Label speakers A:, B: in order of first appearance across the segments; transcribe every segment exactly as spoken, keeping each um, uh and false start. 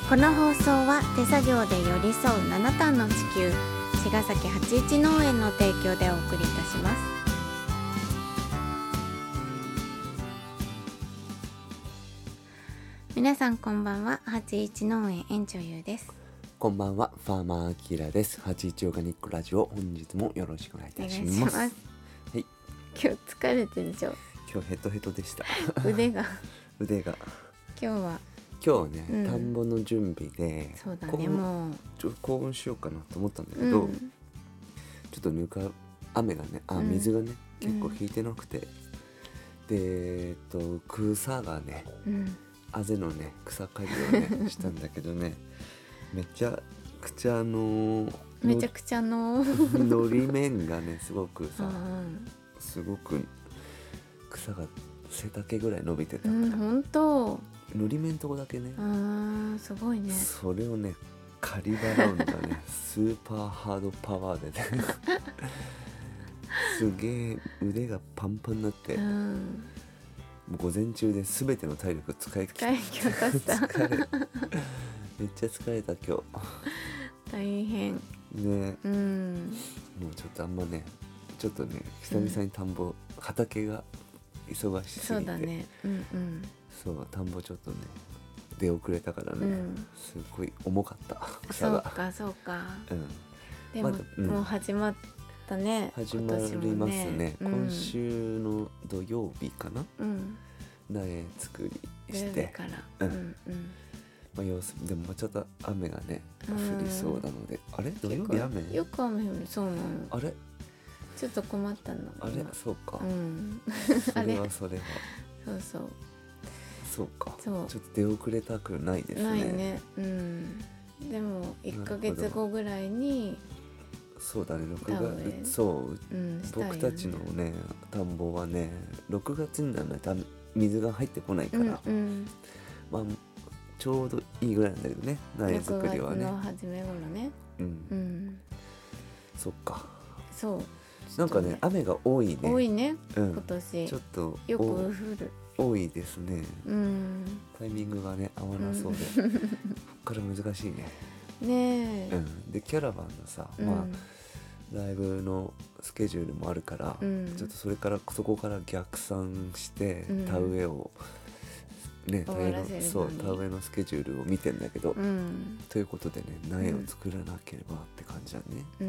A: この放送は手作業で寄り添う七段の地球茅ヶ崎八一農園の提供でお送りいたします。皆さんこんばんは。八一農園園長ゆうです。
B: こんばんは、ファーマーアキラです。八一オーガニックラジオ、本日もよろしくお願いいたします。お願いします。はい。
A: 今日疲れてるでしょ。
B: 今日ヘトヘトでした。
A: 腕が
B: 腕が
A: 今日は
B: 今日ね、
A: うん、
B: 田んぼの準備で、
A: そうだね、もう
B: ちょっと興奮しようかなと思ったんだけど、うん、ちょっとぬか雨がね、あ、水がね、うん、結構引いてなくて、で、えっと草がね、うん、あぜのね草刈りをねしたんだけどね、めちゃくちゃあの
A: めちゃくちゃの
B: のり面がねすごくさ、
A: うん、
B: すごく草が背丈ぐらい伸びてたから、
A: うん、本当
B: のり面とこだけね、
A: あーすごいね。
B: それをね刈り払うのがねスーパーハードパワーでねすげえ腕がパンパンになって、うん、もう午前中で全ての体力使い
A: 使い切った
B: 疲れめっちゃ疲れた今日
A: 大変
B: ね、
A: うん、
B: もうちょっとあんまねちょっとね久々に田んぼ、うん、畑が忙しすぎて、
A: そうだね、うんうん、
B: そう田んぼちょっとね出遅れたからね、うん、すごい重かった草が。
A: そうかそうか、うん、でも、
B: まだうん、
A: もう始まったね。
B: 始まりますね、
A: ね、
B: うん、今週の土曜日かな、うん、苗作りして
A: から、うんうんうん、
B: まあ、様子でもちょっと雨がね降りそうなので、あれ土曜日雨
A: よく雨降る。そうなの。
B: あれ
A: ちょっと困ったの。
B: あれそうか、
A: うん、
B: それはそれは
A: そうそう
B: そうか、
A: そう
B: ちょっと出遅れたくないですね。
A: ないね、うん、でもいっかげつごぐらいに
B: そうだねろくがつそう、うん、僕たちのね田んぼはねろくがつにならないと水が入ってこないから、うんうん、まあちょうどいいぐらいなんだけどね苗作りはね
A: ろくがつの初め頃ね、
B: うんうん、そっか
A: そう
B: なんかね雨が多いね
A: 多いね、うん、今年
B: ちょっと
A: よく降る
B: 多いですね、
A: うん、
B: タイミングがね合わなそうで、うん、こっから難しいね
A: ねえ、
B: うん、でキャラバンのさ、うん、まあライブのスケジュールもあるから、うん、ちょっとそれからそこから逆算して、うん、田植えをね田植えのそう田植えのスケジュールを見てんだけど、うん、ということでね苗を作らなければって感じだね、うんうん、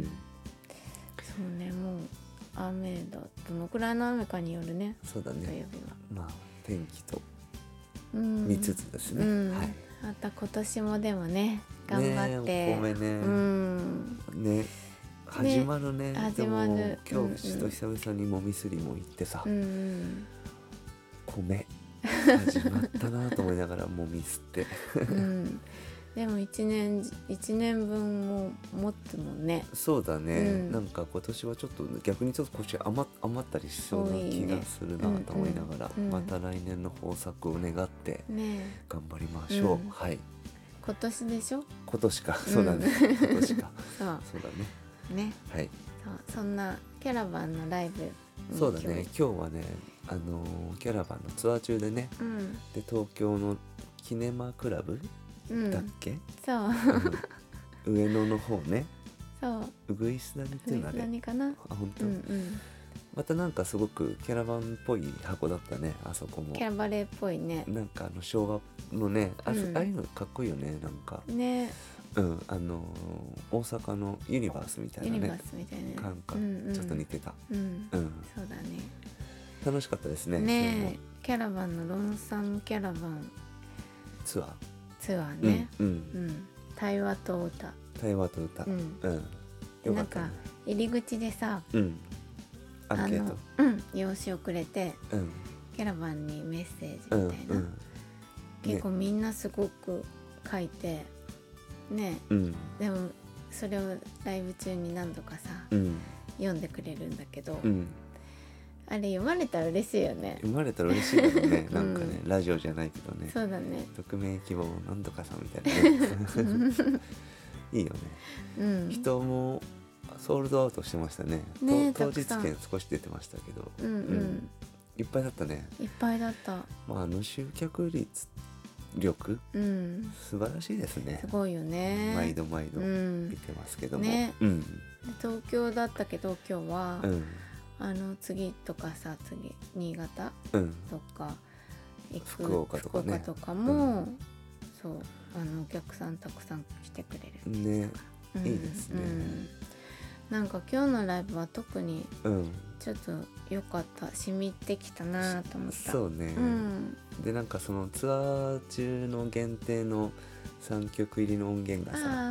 A: そうねもう雨だどのくらいの雨かによるね。
B: そうだね
A: 土曜日は
B: まあ天気と見つつですね、
A: うん
B: はい、
A: また今年もでもね頑張って
B: ねお米ね、うん、ね始まるね、ね始まる。でも今日ちょっと久々にもみすりも行ってさ、うんうん、米始まったなと思いながらもみすって、うん
A: でも一年一年分も持つもんね。
B: そうだね、うん、なんか今年はちょっと逆にちょっと腰 余, 余ったりしそうな気がするなと思いながら、ねうんうん、また来年の豊作を願って頑張りましょう、ねうん、はい
A: 今年でしょ。
B: 今年かそうだね、うん、今年か
A: そう
B: そうだね
A: ね
B: はい
A: そうそんなキャラバンのライブ
B: そうだね今日はねあのー、キャラバンのツアー中でね、うん、で東京のキネマクラブだっけ、うん、
A: そう、
B: うん、上野の方ね
A: そう
B: うぐいす谷っていうのあれ
A: 何かな
B: あ本当、
A: うんうん、
B: またなんかすごくキャラバンっぽい箱だったねあそこも
A: キャラバレーっぽいね
B: なんかあの昭和のね あ,、うん、ああいうのかっこいいよねなんか
A: ね
B: うんあのー、大阪のユニバースみたいなね
A: ユニバースみたいな
B: なんかちょっと似てた、
A: うん、うんうん、そうだね
B: 楽しかったですね
A: ねキャラバンのロンサンキャラバン
B: ツアー
A: ツアーね、
B: うんうん
A: うん、対話と歌
B: 対話と歌、うんうん、よかったね、
A: なんか入り口でさ、
B: うん、アンケート、
A: うん、用紙をくれて、うん、キャラバンにメッセージみたいな、うんうん、結構みんなすごく書いてね、うん、でもそれをライブ中に何度かさ、うん、読んでくれるんだけど、うん、あれ読まれたら嬉しいよね。
B: 読まれたら嬉しいだろうねなんかね、うん、ラジオじゃないけどね
A: そうだね
B: 匿名希望なんとかさんみたいなねいいよね、うん、人もソールドアウトしてました ね, ね当日券少し出てましたけど、うんうんうん、いっぱいだったね。
A: いっぱいだった、
B: まあ、あの集客率力、
A: うん、
B: 素晴らしいですね。
A: すごいよね。
B: 毎度毎度見てますけども、
A: ね、
B: うん、
A: 東京だったけど今日は、
B: うん、
A: あの次とかさ次新潟とか行く、
B: 福岡とかね、
A: 福岡とかも、うん、そうあのお客さんたくさん来てくれる
B: ね、
A: うん、
B: いいですね、うん、
A: なんか今日のライブは特にちょっと良かった、染みてきたなと思った。
B: そうね、うん、でなんかそのツアー中の限定のさんきょく入りの音源がさ、うんうん、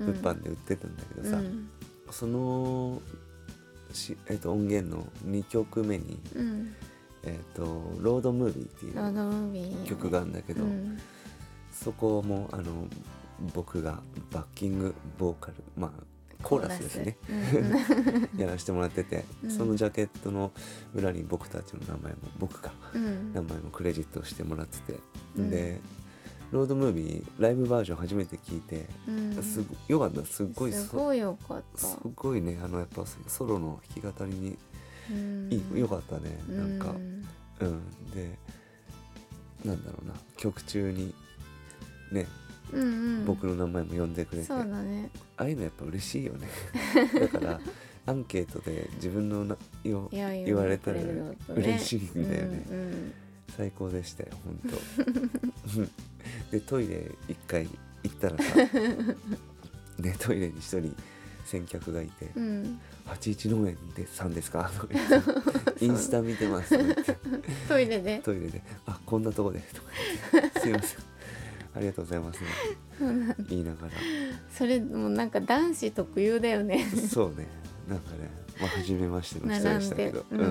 B: 物販で売ってたんだけどさ、うん、そのし、えー、と音源のにきょくめに、うん、えー、とロードムービーっていう曲があるんだけど、うん、そこもあの僕がバッキングボーカル、まあコーラスですね、うん、やらせてもらってて、うん、そのジャケットの裏に僕たちの名前も僕が名前もクレジットしてもらってて、うん、でロードムービーライブバージョン初めて聞いて、うん、すごよかった。すっごい
A: すごいよかった
B: すごいね、あのやっぱソロの弾き語りに、うん、いいよかったね。なんか、うん、うん、でなんだろうな、曲中にね、うんうん、僕の名前も呼んでくれて、
A: そうだね、
B: ああいうのやっぱ嬉しいよねだからアンケートで自分の名を言われたら嬉しいんだよね、うんうん、最高でしたよ本当でトイレ一回行ったらさね、トイレに一人先客がいて、うん、はちじゅういち農園でさんですかとか言ってインスタ見てますとか言って
A: トイレで
B: トイレであこんなとこでとか言ってすいませんありがとうございます、ね、言いながら
A: それもなんか男子特有だよね
B: そうね、なんかね、まあ、初めましての人でしたけど、うんうん、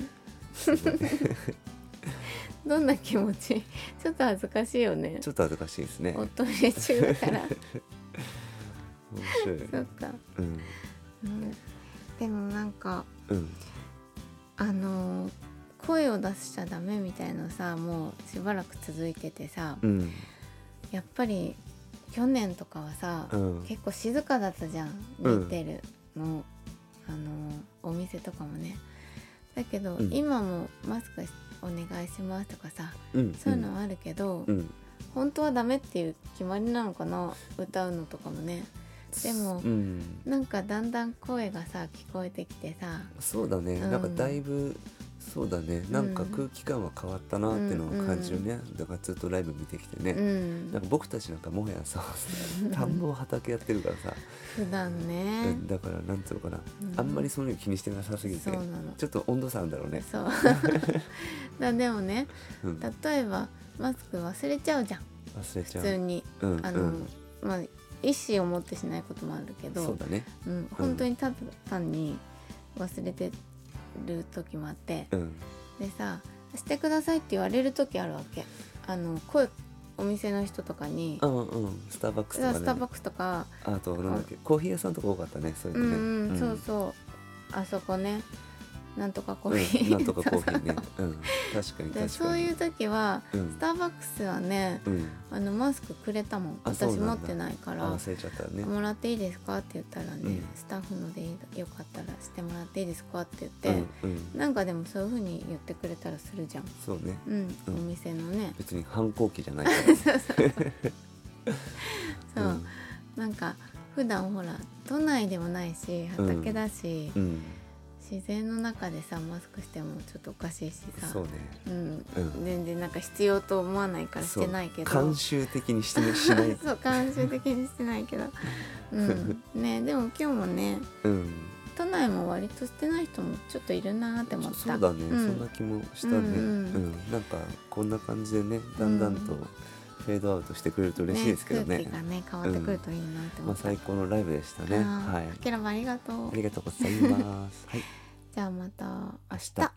B: すごい
A: どんな気持ち？ちょっと恥ずかしいよね。
B: ちょっと恥ずかしいですね。
A: おトイレ中だから
B: 面白い。
A: そっか、うんうん、でもなんか、うん、あの声を出しちゃダメみたいなさ、もうしばらく続いててさ、うん、やっぱり去年とかはさ、うん、結構静かだったじゃん、見てるの、うん、あのお店とかもね。だけど、うん、今もマスクお願いしますとかさ、うん、そういうのはあるけど、うん、本当はダメっていう決まりなのかな、歌うのとかもね。でも、うん、なんかだんだん声がさ聞こえてきてさ、
B: そうだね、うん、なんかだいぶそうだね、なんか空気感は変わったなっていうのを感じるね、うん、だからずっとライブ見てきてね、うん、なんか僕たちなんかもはやさ田んぼ畑やってるからさ
A: 普段ね、
B: だからなんつうのかな、うん、あんまりそういうの気にしてなさすぎて、ちょっと温度差あるんだろうね。
A: そうだでもね、うん、例えばマスク忘れちゃうじゃん、
B: 忘れちゃう
A: 普通に、うん、あの、うん、まあ意思を持ってしないこともあるけど、
B: そうだね、
A: うん、本当にただ単に忘れてる時もあって、うん、でさしてくださいって言われる時あるわけ、あの声お店の人とかに、
B: うんうん、スターバックスとか、ね、
A: スターバックスとか、
B: あとなんだっけ、コーヒー屋さんとか多かったね、そういうのね、うん
A: うん、そうそう、あそこね、なんとかコーヒー、
B: うん、なんとかコーヒーねうん、確かに確かに。
A: そういう時は、うん、スターバックスはね、うん、あのマスクくれたもん、私持ってないから、
B: 忘れちゃったね、
A: もらっていいですかって言ったらね、うん、スタッフのでよかったらしてもらっていいですかって言って、うんうん、なんかでもそういう風に言ってくれたらするじゃん。
B: そうね、
A: うん、うん、お店のね、
B: 別に反抗期じゃないから
A: そうそうそう、うん、なんか普段ほら都内でもないし畑だし、うんうん、自然の中でさマスクしてもちょっとおかしいしさ、
B: そうね、
A: うんうん、全然なんか必要と思わないからしてないけど、
B: 慣習的にしてしない
A: そう慣習的にしてないけど、うんね、でも今日もね、うん、都内も割としてない人もちょっといるなって思った。
B: そうだね、うん、そんな気もしたね、うんうんうん、なんかこんな感じでねだんだんと、うんフェードアウトしてくれると嬉しいですけどね。
A: ね、空気がね変わってくるといいなって思った、うんまあ、
B: 最高のライブでしたね。はい。
A: ケラもありがとう。
B: ありがとうございます。はい。
A: じゃあまた明日。